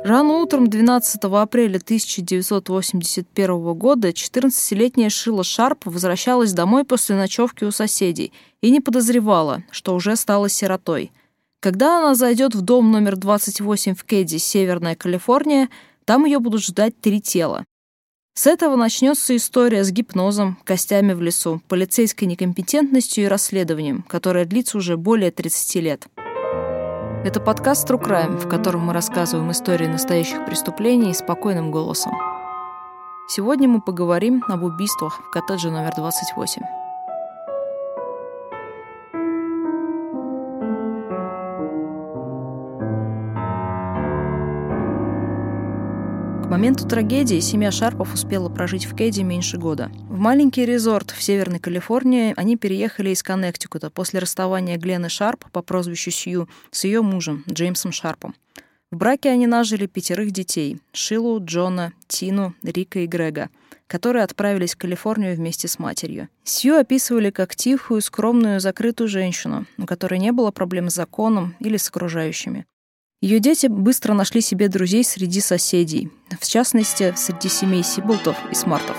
Рано утром 12 апреля 1981 года 14-летняя Шила Шарп возвращалась домой после ночевки у соседей и не подозревала, что уже стала сиротой. Когда она зайдет в дом номер 28 в Кэдди, Северная Калифорния, там ее будут ждать 3 тела. С этого начнется история с гипнозом, костями в лесу, полицейской некомпетентностью и расследованием, которое длится уже более 30 лет. Это подкаст True Crime, в котором мы рассказываем истории настоящих преступлений спокойным голосом. Сегодня мы поговорим об убийствах в коттедже номер 28. К моменту трагедии семья Шарпов успела прожить в Кэдди меньше года. В маленький резорт в Северной Калифорнии они переехали из Коннектикута после расставания Гленны Шарп по прозвищу Сью с ее мужем Джеймсом Шарпом. В браке они нажили 5 детей – Шилу, Джона, Тину, Рика и Грега, которые отправились в Калифорнию вместе с матерью. Сью описывали как тихую, скромную, закрытую женщину, у которой не было проблем с законом или с окружающими. Ее дети быстро нашли себе друзей среди соседей, в частности, среди семей Сиблтов и Смартов.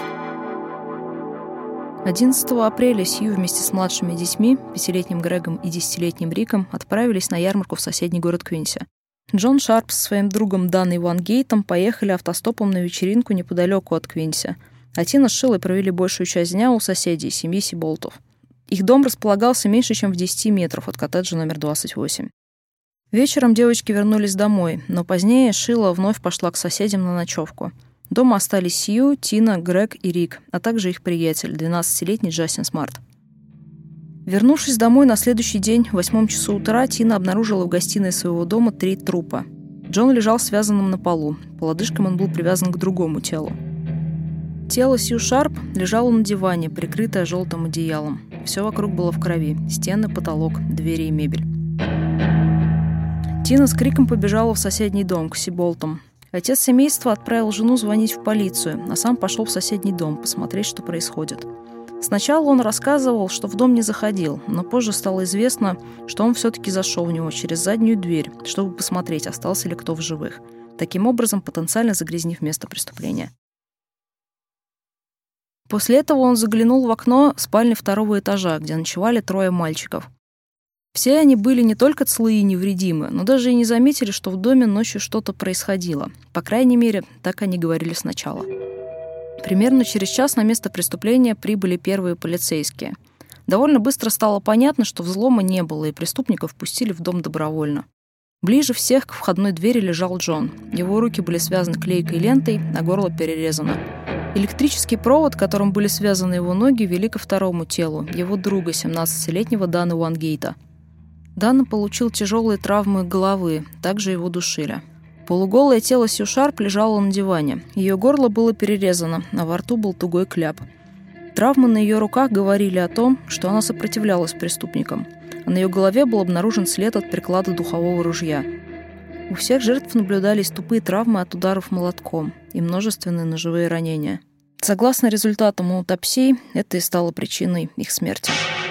11 апреля Сью вместе с младшими детьми, 5-летним Грегом и 10-летним Риком, отправились на ярмарку в соседний город Квинси. Джон Шарп со своим другом Данной Вангейтом поехали автостопом на вечеринку неподалеку от Квинси, а Тина с Шилой провели большую часть дня у соседей, семьи Сиблтов. Их дом располагался меньше, чем в 10 метрах от коттеджа номер 28. Вечером девочки вернулись домой, но позднее Шила вновь пошла к соседям на ночевку. Дома остались Сью, Тина, Грег и Рик, а также их приятель, 12-летний Джастин Смарт. Вернувшись домой на следующий день, в 8 часу утра, Тина обнаружила в гостиной своего дома 3 трупа. Джон лежал связанным на полу, по лодыжкам он был привязан к другому телу. Тело Сью Шарп лежало на диване, прикрытое желтым одеялом. Все вокруг было в крови: стены, потолок, двери и мебель. Тина с криком побежала в соседний дом, к Сиблтам. Отец семейства отправил жену звонить в полицию, а сам пошел в соседний дом посмотреть, что происходит. Сначала он рассказывал, что в дом не заходил, но позже стало известно, что он все-таки зашел в него через заднюю дверь, чтобы посмотреть, остался ли кто в живых, таким образом потенциально загрязнив место преступления. После этого он заглянул в окно спальни 2-го этажа, где ночевали 3 мальчиков. Все они были не только целы и невредимы, но даже и не заметили, что в доме ночью что-то происходило. По крайней мере, так они говорили сначала. Примерно через час на место преступления прибыли первые полицейские. Довольно быстро стало понятно, что взлома не было, и преступников пустили в дом добровольно. Ближе всех к входной двери лежал Джон. Его руки были связаны клейкой лентой, а горло перерезано. Электрический провод, которым были связаны его ноги, вели ко 2-му телу, его друга, 17-летнего Дана Вангейта. Дана получил тяжелые травмы головы, также его душили. Полуголое тело Сью Шарп лежало на диване. Ее горло было перерезано, а во рту был тугой кляп. Травмы на ее руках говорили о том, что она сопротивлялась преступникам, а на ее голове был обнаружен след от приклада духового ружья. У всех жертв наблюдались тупые травмы от ударов молотком и множественные ножевые ранения. Согласно результатам аутопсии, это и стало причиной их смерти.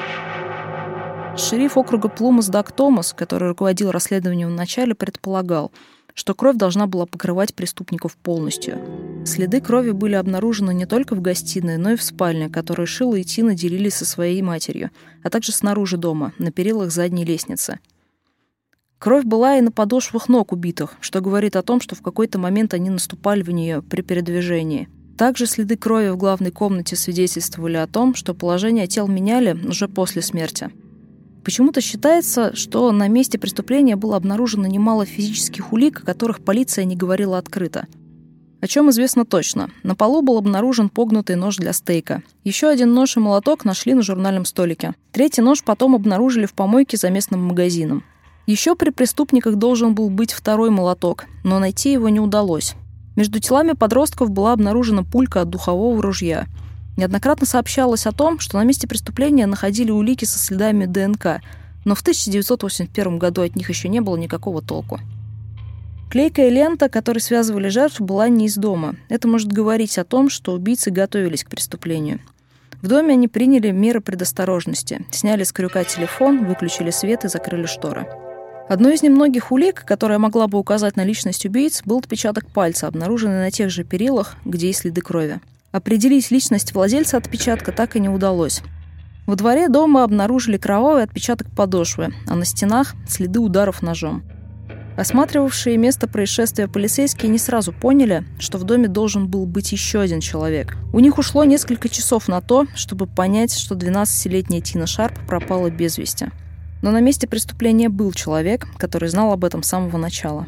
Шериф округа Плумас Даг Томас, который руководил расследованием в начале, предполагал, что кровь должна была покрывать преступников полностью. Следы крови были обнаружены не только в гостиной, но и в спальне, которую Шила и Тина делили со своей матерью, а также снаружи дома, на перилах задней лестницы. Кровь была и на подошвах ног убитых, что говорит о том, что в какой-то момент они наступали в нее при передвижении. Также следы крови в главной комнате свидетельствовали о том, что положение тел меняли уже после смерти. Почему-то считается, что на месте преступления было обнаружено немало физических улик, о которых полиция не говорила открыто. О чем известно точно. На полу был обнаружен погнутый нож для стейка. Еще 1 нож и молоток нашли на журнальном столике. 3-й нож потом обнаружили в помойке за местным магазином. Еще при преступниках должен был быть 2-й молоток, но найти его не удалось. Между телами подростков была обнаружена пулька от духового ружья. Неоднократно сообщалось о том, что на месте преступления находили улики со следами ДНК, но в 1981 году от них еще не было никакого толку. Клейкая лента, которой связывали жертв, была не из дома. Это может говорить о том, что убийцы готовились к преступлению. В доме они приняли меры предосторожности, сняли с крюка телефон, выключили свет и закрыли шторы. Одной из немногих улик, которая могла бы указать на личность убийц, был отпечаток пальца, обнаруженный на тех же перилах, где и следы крови. Определить личность владельца отпечатка так и не удалось. Во дворе дома обнаружили кровавый отпечаток подошвы, а на стенах – следы ударов ножом. Осматривавшие место происшествия полицейские не сразу поняли, что в доме должен был быть еще один человек. У них ушло несколько часов на то, чтобы понять, что 12-летняя Тина Шарп пропала без вести. Но на месте преступления был человек, который знал об этом с самого начала.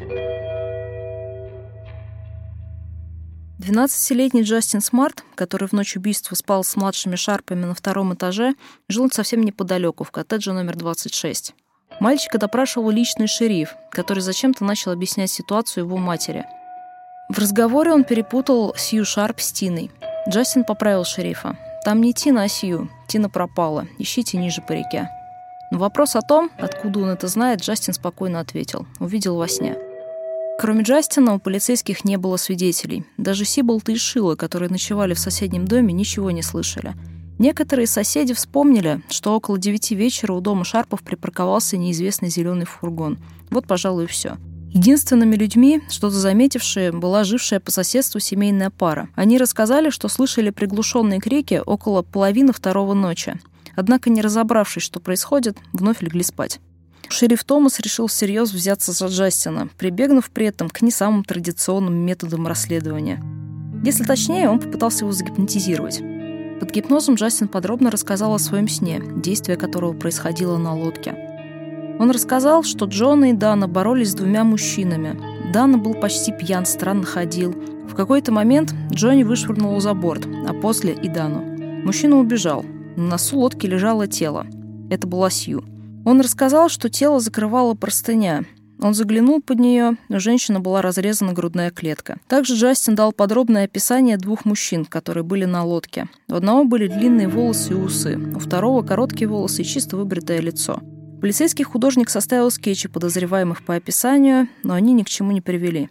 12-летний Джастин Смарт, который в ночь убийства спал с младшими Шарпами на 2-м этаже, жил совсем неподалеку, в коттедже номер 26. Мальчика допрашивал личный шериф, который зачем-то начал объяснять ситуацию его матери. В разговоре он перепутал Сью Шарп с Тиной. Джастин поправил шерифа. «Там не Тина, а Сью. Тина пропала. Ищите ниже по реке». На вопрос о том, откуда он это знает, Джастин спокойно ответил. Увидел во сне. Кроме Джастина, у полицейских не было свидетелей. Даже Сиболт и Шила, которые ночевали в соседнем доме, ничего не слышали. Некоторые соседи вспомнили, что около 9 вечера у дома Шарпов припарковался неизвестный зеленый фургон. Вот, пожалуй, и все. Единственными людьми, что-то заметившие, была жившая по соседству семейная пара. Они рассказали, что слышали приглушенные крики около 1:30 ночи. Однако, не разобравшись, что происходит, вновь легли спать. Шериф Томас решил всерьез взяться за Джастина, прибегнув при этом к не самым традиционным методам расследования. Если точнее, он попытался его загипнотизировать. Под гипнозом Джастин подробно рассказал о своем сне, действие которого происходило на лодке. Он рассказал, что Джона и Дана боролись с 2 мужчинами. Дана был почти пьян, странно ходил. В какой-то момент Джонни вышвырнул его за борт, а после и Дану. Мужчина убежал. На носу лодки лежало тело. Это была Сью. Он рассказал, что тело закрывала простыня. Он заглянул под нее, у женщины была разрезана грудная клетка. Также Джастин дал подробное описание 2 мужчин, которые были на лодке. У одного были длинные волосы и усы, у второго короткие волосы и чисто выбритое лицо. Полицейский художник составил скетчи подозреваемых по описанию, но они ни к чему не привели.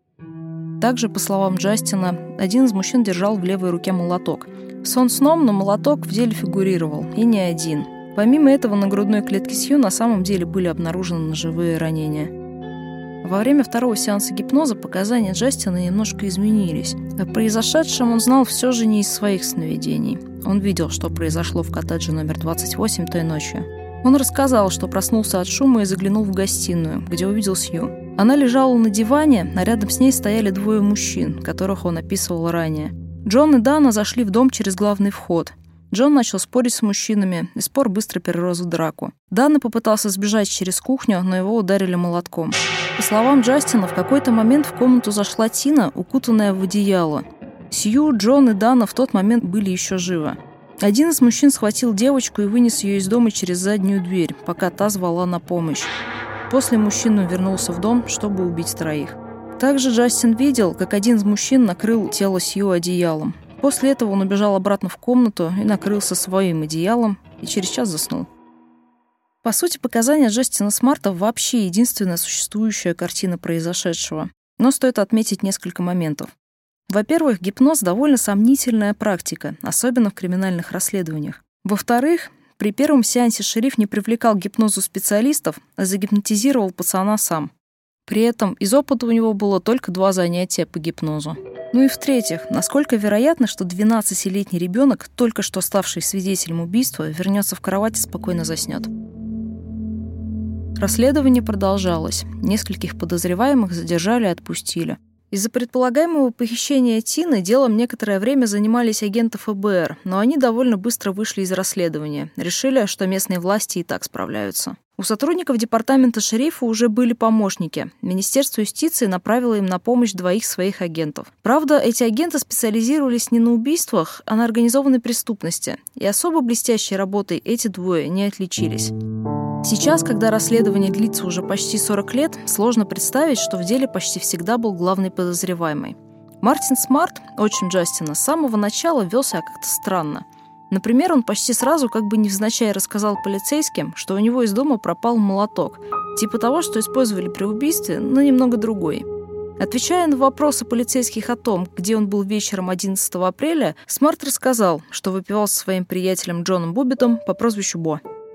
Также, по словам Джастина, один из мужчин держал в левой руке молоток. Сон сном, но молоток в деле фигурировал, и не один. Помимо этого, на грудной клетке Сью на самом деле были обнаружены ножевые ранения. Во время 2-го сеанса гипноза показания Джастина немножко изменились. О произошедшем он знал все же не из своих сновидений. Он видел, что произошло в коттедже номер 28 той ночью. Он рассказал, что проснулся от шума и заглянул в гостиную, где увидел Сью. Она лежала на диване, а рядом с ней стояли 2 мужчин, которых он описывал ранее. Джон и Дана зашли в дом через главный вход. Джон начал спорить с мужчинами, и спор быстро перерос в драку. Дана попытался сбежать через кухню, но его ударили молотком. По словам Джастина, в какой-то момент в комнату зашла Тина, укутанная в одеяло. Сью, Джон и Дана в тот момент были еще живы. Один из мужчин схватил девочку и вынес ее из дома через заднюю дверь, пока та звала на помощь. После мужчина вернулся в дом, чтобы убить 3. Также Джастин видел, как один из мужчин накрыл тело Сью одеялом. После этого он убежал обратно в комнату и накрылся своим одеялом, и через час заснул. По сути, показания Джастина Смарта вообще единственная существующая картина произошедшего. Но стоит отметить несколько моментов. Во-первых, гипноз довольно сомнительная практика, особенно в криминальных расследованиях. Во-вторых, при первом сеансе шериф не привлекал к гипнозу специалистов, а загипнотизировал пацана сам. При этом из опыта у него было только 2 занятия по гипнозу. Ну и в-третьих, насколько вероятно, что 12-летний ребенок, только что ставший свидетелем убийства, вернется в кровать и спокойно заснет. Расследование продолжалось. Нескольких подозреваемых задержали и отпустили. Из-за предполагаемого похищения Тины делом некоторое время занимались агенты ФБР, но они довольно быстро вышли из расследования. Решили, что местные власти и так справляются. У сотрудников департамента шерифа уже были помощники. Министерство юстиции направило им на помощь 2 своих агентов. Правда, эти агенты специализировались не на убийствах, а на организованной преступности. И особо блестящей работой эти 2 не отличились. Сейчас, когда расследование длится уже почти 40 лет, сложно представить, что в деле почти всегда был главный подозреваемый. Мартин Смарт, отчим Джастина, с самого начала вел себя как-то странно. Например, он почти сразу, как бы невзначай, рассказал полицейским, что у него из дома пропал молоток, типа того, что использовали при убийстве, но немного другой. Отвечая на вопросы полицейских о том, где он был вечером 11 апреля, Смарт рассказал, что выпивал со своим приятелем Джоном Буббитом по прозвищу Бо.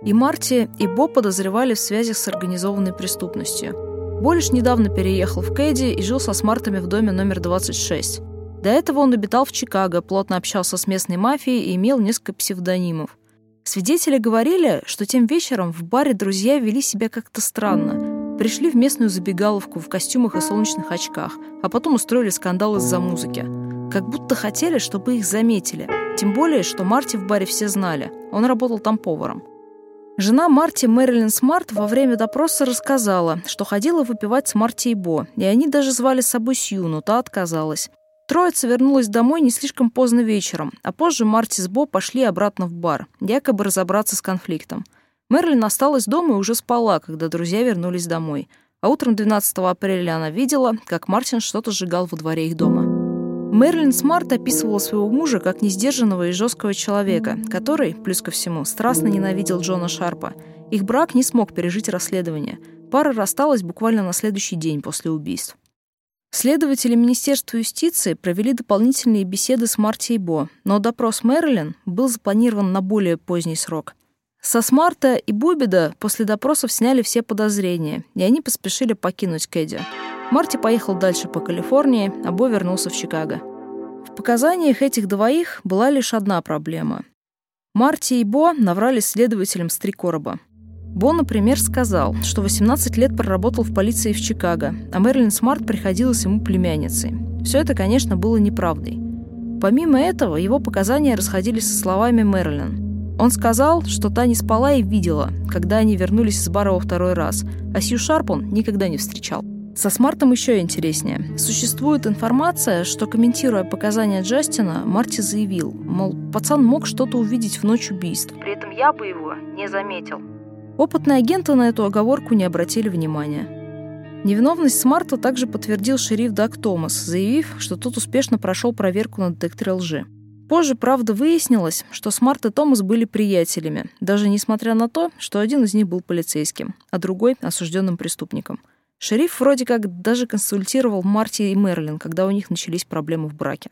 И Марти, и Бо подозревали в связях с организованной преступностью. Бо лишь недавно переехал в Кэдди и жил со Смартами в доме номер 26. До этого он обитал в Чикаго, плотно общался с местной мафией и имел несколько псевдонимов. Свидетели говорили, что тем вечером в баре друзья вели себя как-то странно. Пришли в местную забегаловку в костюмах и солнечных очках, а потом устроили скандал из-за музыки. Как будто хотели, чтобы их заметили. Тем более, что Марти в баре все знали. Он работал там поваром. Жена Марти, Мэрилин Смарт, во время допроса рассказала, что ходила выпивать с Марти и Бо, и они даже звали с собой Сью, но та отказалась. Троица вернулась домой не слишком поздно вечером, а позже Марти с Бо пошли обратно в бар, якобы разобраться с конфликтом. Мэрилин осталась дома и уже спала, когда друзья вернулись домой. А утром 12 апреля она видела, как Мартин что-то сжигал во дворе их дома. Мэрилин Смарт описывала своего мужа как несдержанного и жесткого человека, который, плюс ко всему, страстно ненавидел Джона Шарпа. Их брак не смог пережить расследование. Пара рассталась буквально на следующий день после убийств. Следователи Министерства юстиции провели дополнительные беседы с Марти и Бо, но допрос Мэрилин был запланирован на более поздний срок. Со Смарта и Бубида после допросов сняли все подозрения, и они поспешили покинуть Кэдди. Марти поехал дальше по Калифорнии, а Бо вернулся в Чикаго. В показаниях этих двоих была лишь одна проблема. Марти и Бо наврали следователям с 3 короба. Бо, например, сказал, что 18 лет проработал в полиции в Чикаго, а Мэрилин Смарт приходилась ему племянницей. Все это, конечно, было неправдой. Помимо этого, его показания расходились со словами Мэрилин. Он сказал, что та не спала и видела, когда они вернулись из бара во второй раз, а Сью Шарп он никогда не встречал. Со Смартом еще интереснее. Существует информация, что, комментируя показания Джастина, Марти заявил, мол, пацан мог что-то увидеть в ночь убийств. При этом я бы его не заметил. Опытные агенты на эту оговорку не обратили внимания. Невиновность Смарта также подтвердил шериф Даг Томас, заявив, что тот успешно прошел проверку на детекторе лжи. Позже, правда, выяснилось, что Смарт и Томас были приятелями, даже несмотря на то, что один из них был полицейским, а другой — осужденным преступником. Шериф вроде как даже консультировал Марти и Мэрилин, когда у них начались проблемы в браке.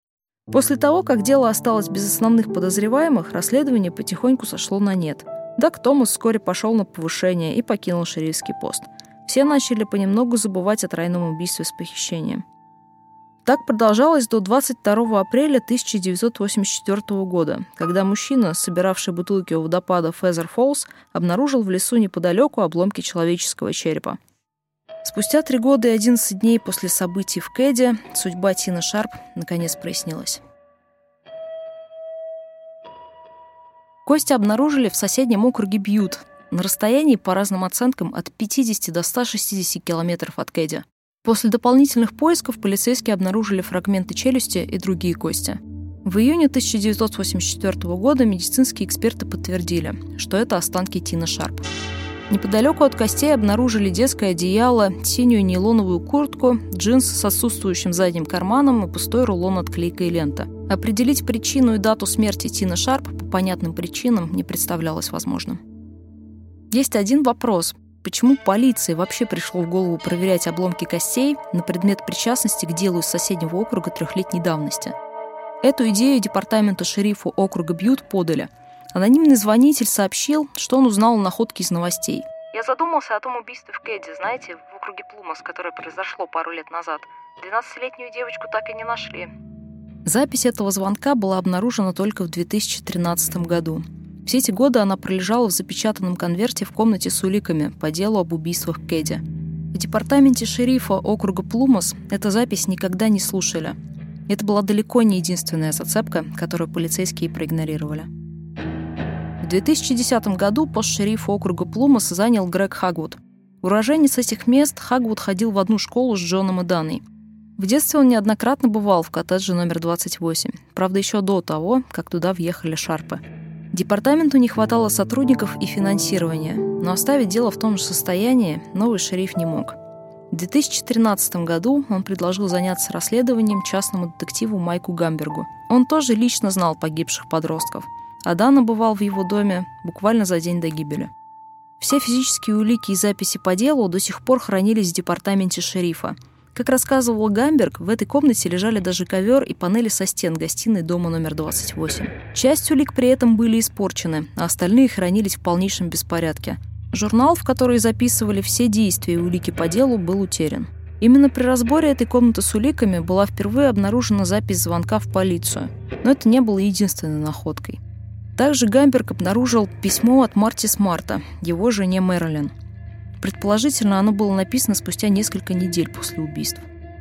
После того, как дело осталось без основных подозреваемых, расследование потихоньку сошло на нет. Даг Томас вскоре пошел на повышение и покинул шерифский пост. Все начали понемногу забывать о тройном убийстве с похищением. Так продолжалось до 22 апреля 1984 года, когда мужчина, собиравший бутылки у водопада Фезер Фоллс, обнаружил в лесу неподалеку обломки человеческого черепа. Спустя 3 года и 11 дней после событий в Кэдди судьба Тины Шарп наконец прояснилась. Кости обнаружили в соседнем округе Бьют, на расстоянии, по разным оценкам, от 50 до 160 километров от Кэдди. После дополнительных поисков полицейские обнаружили фрагменты челюсти и другие кости. В июне 1984 года медицинские эксперты подтвердили, что это останки Тины Шарп. Неподалеку от костей обнаружили детское одеяло, синюю нейлоновую куртку, джинсы с отсутствующим задним карманом и пустой рулон от клейкой ленты. Определить причину и дату смерти Тины Шарп по понятным причинам не представлялось возможным. Есть один вопрос. Почему полиции вообще пришло в голову проверять обломки костей на предмет причастности к делу из соседнего округа 3-летней давности? Эту идею департаменту шерифа округа Бьют подали. Анонимный звонитель сообщил, что он узнал о находке из новостей. «Я задумался о том убийстве в Кэдди, знаете, в округе Плумас, которое произошло пару лет назад. 12-летнюю девочку так и не нашли». Запись этого звонка была обнаружена только в 2013 году. Все эти годы она пролежала в запечатанном конверте в комнате с уликами по делу об убийствах в Кэдди. В департаменте шерифа округа Плумас эту запись никогда не слушали. Это была далеко не единственная зацепка, которую полицейские проигнорировали. В 2010 году пост шерифа округа Плумас занял Грег Хагвуд. Уроженец этих мест, Хагвуд ходил в одну школу с Джоном и Даной. В детстве он неоднократно бывал в коттедже номер 28, правда, еще до того, как туда въехали Шарпы. Департаменту не хватало сотрудников и финансирования, но оставить дело в том же состоянии новый шериф не мог. В 2013 году он предложил заняться расследованием частному детективу Майку Гамбергу. Он тоже лично знал погибших подростков, а Дана бывал в его доме буквально за день до гибели. Все физические улики и записи по делу до сих пор хранились в департаменте шерифа. Как рассказывал Гамберг, в этой комнате лежали даже ковер и панели со стен гостиной дома номер 28. Часть улик при этом были испорчены, а остальные хранились в полнейшем беспорядке. Журнал, в который записывали все действия и улики по делу, был утерян. Именно при разборе этой комнаты с уликами была впервые обнаружена запись звонка в полицию. Но это не было единственной находкой. Также Гамберг обнаружил письмо от Марти Смарта, его жене Мэрилин. Предположительно, оно было написано спустя несколько недель после убийств.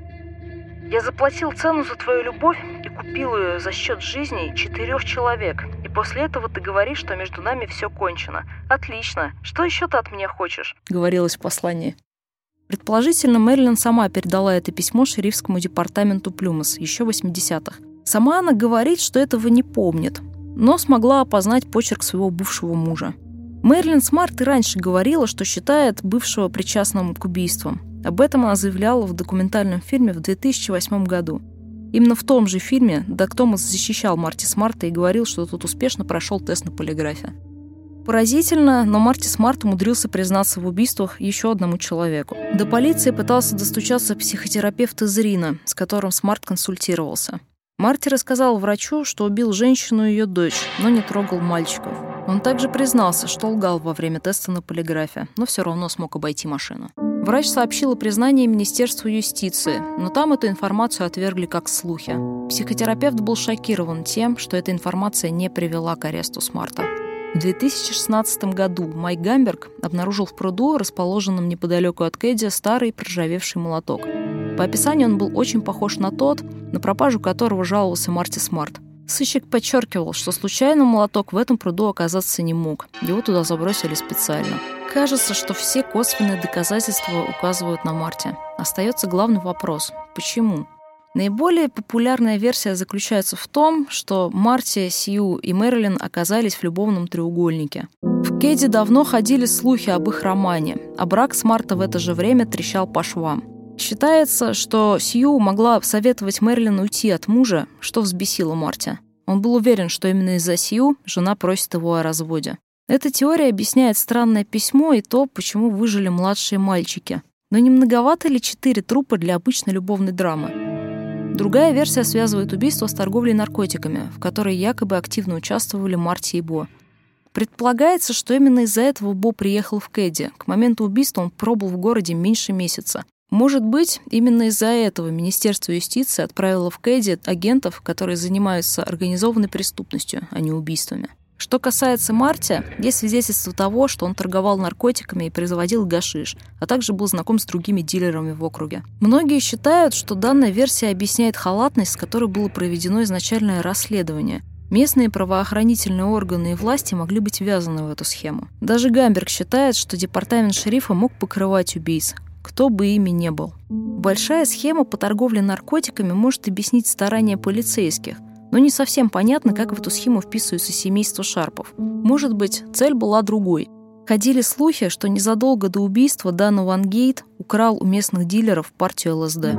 «Я заплатил цену за твою любовь и купил ее за счет жизней 4 человек. И после этого ты говоришь, что между нами все кончено. Отлично. Что еще ты от меня хочешь?» — говорилось в послании. Предположительно, Мэрилин сама передала это письмо шерифскому департаменту Плюмас еще в 80-х. Сама она говорит, что этого не помнит, но смогла опознать почерк своего бывшего мужа. Мэрилин Смарт и раньше говорила, что считает бывшего причастным к убийствам. Об этом она заявляла в документальном фильме в 2008 году. Именно в том же фильме Даг Томас защищал Марти Смарта и говорил, что тот успешно прошел тест на полиграфе. Поразительно, но Марти Смарт умудрился признаться в убийствах еще одному человеку. До полиции пытался достучаться психотерапевт из Рина, с которым Смарт консультировался. Марти рассказал врачу, что убил женщину и ее дочь, но не трогал мальчиков. Он также признался, что лгал во время теста на полиграфе, но все равно смог обойти машину. Врач сообщил о признании Министерству юстиции, но там эту информацию отвергли как слухи. Психотерапевт был шокирован тем, что эта информация не привела к аресту Смарта. В 2016 году Майк Гамберг обнаружил в пруду, расположенном неподалеку от Кэдди, старый проржавевший молоток. По описанию он был очень похож на тот, на пропажу которого жаловался Марти Смарт. Сыщик подчеркивал, что случайно молоток в этом пруду оказаться не мог. Его туда забросили специально. Кажется, что все косвенные доказательства указывают на Марти. Остается главный вопрос – почему? Наиболее популярная версия заключается в том, что Марти, Сью и Мэрилин оказались в любовном треугольнике. В Кэдди давно ходили слухи об их романе, а брак Смарта в это же время трещал по швам. Считается, что Сью могла советовать Мэрилин уйти от мужа, что взбесило Марти. Он был уверен, что именно из-за Сью жена просит его о разводе. Эта теория объясняет странное письмо и то, почему выжили младшие мальчики. Но не многовато ли 4 трупа для обычной любовной драмы? Другая версия связывает убийство с торговлей наркотиками, в которой якобы активно участвовали Марти и Бо. Предполагается, что именно из-за этого Бо приехал в Кэдди. К моменту убийства он пробыл в городе меньше месяца. Может быть, именно из-за этого Министерство юстиции отправило в Кэдди агентов, которые занимаются организованной преступностью, а не убийствами. Что касается Марти, есть свидетельство того, что он торговал наркотиками и производил гашиш, а также был знаком с другими дилерами в округе. Многие считают, что данная версия объясняет халатность, с которой было проведено изначальное расследование. Местные правоохранительные органы и власти могли быть ввязаны в эту схему. Даже Гамберг считает, что департамент шерифа мог покрывать убийц, кто бы ими ни был. Большая схема по торговле наркотиками может объяснить старания полицейских, но не совсем понятно, как в эту схему вписывается семейство Шарпов. Может быть, цель была другой. Ходили слухи, что незадолго до убийства Дана Ван Гейт украл у местных дилеров партию ЛСД.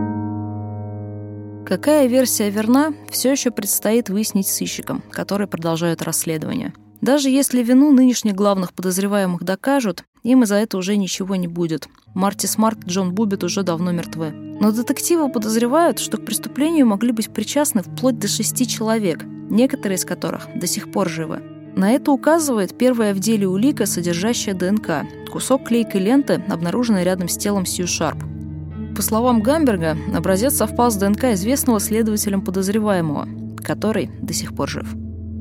Какая версия верна, все еще предстоит выяснить сыщикам, которые продолжают расследование. Даже если вину нынешних главных подозреваемых докажут, им из-за этого уже ничего не будет. Марти Смарт и Джон Буббит уже давно мертвы. Но детективы подозревают, что к преступлению могли быть причастны вплоть до 6 человек, некоторые из которых до сих пор живы. На это указывает первая в деле улика, содержащая ДНК – кусок клейкой ленты, обнаруженный рядом с телом Сью Шарп. По словам Гамберга, образец совпал с ДНК известного следователем подозреваемого, который до сих пор жив.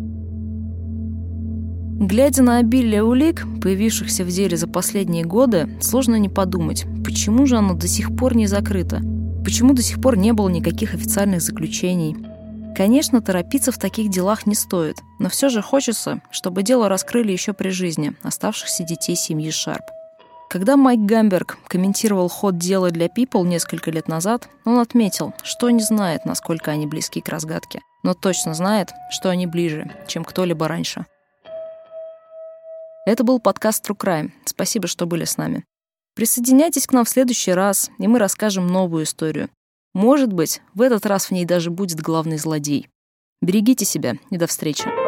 Глядя на обилие улик, появившихся в деле за последние годы, сложно не подумать, почему же оно до сих пор не закрыто? Почему до сих пор не было никаких официальных заключений? Конечно, торопиться в таких делах не стоит, но все же хочется, чтобы дело раскрыли еще при жизни оставшихся детей семьи Шарп. Когда Майк Гамберг комментировал ход дела для People несколько лет назад, он отметил, что не знает, насколько они близки к разгадке, но точно знает, что они ближе, чем кто-либо раньше. Это был подкаст True Crime. Спасибо, что были с нами. Присоединяйтесь к нам в следующий раз, и мы расскажем новую историю. Может быть, в этот раз в ней даже будет главный злодей. Берегите себя и до встречи.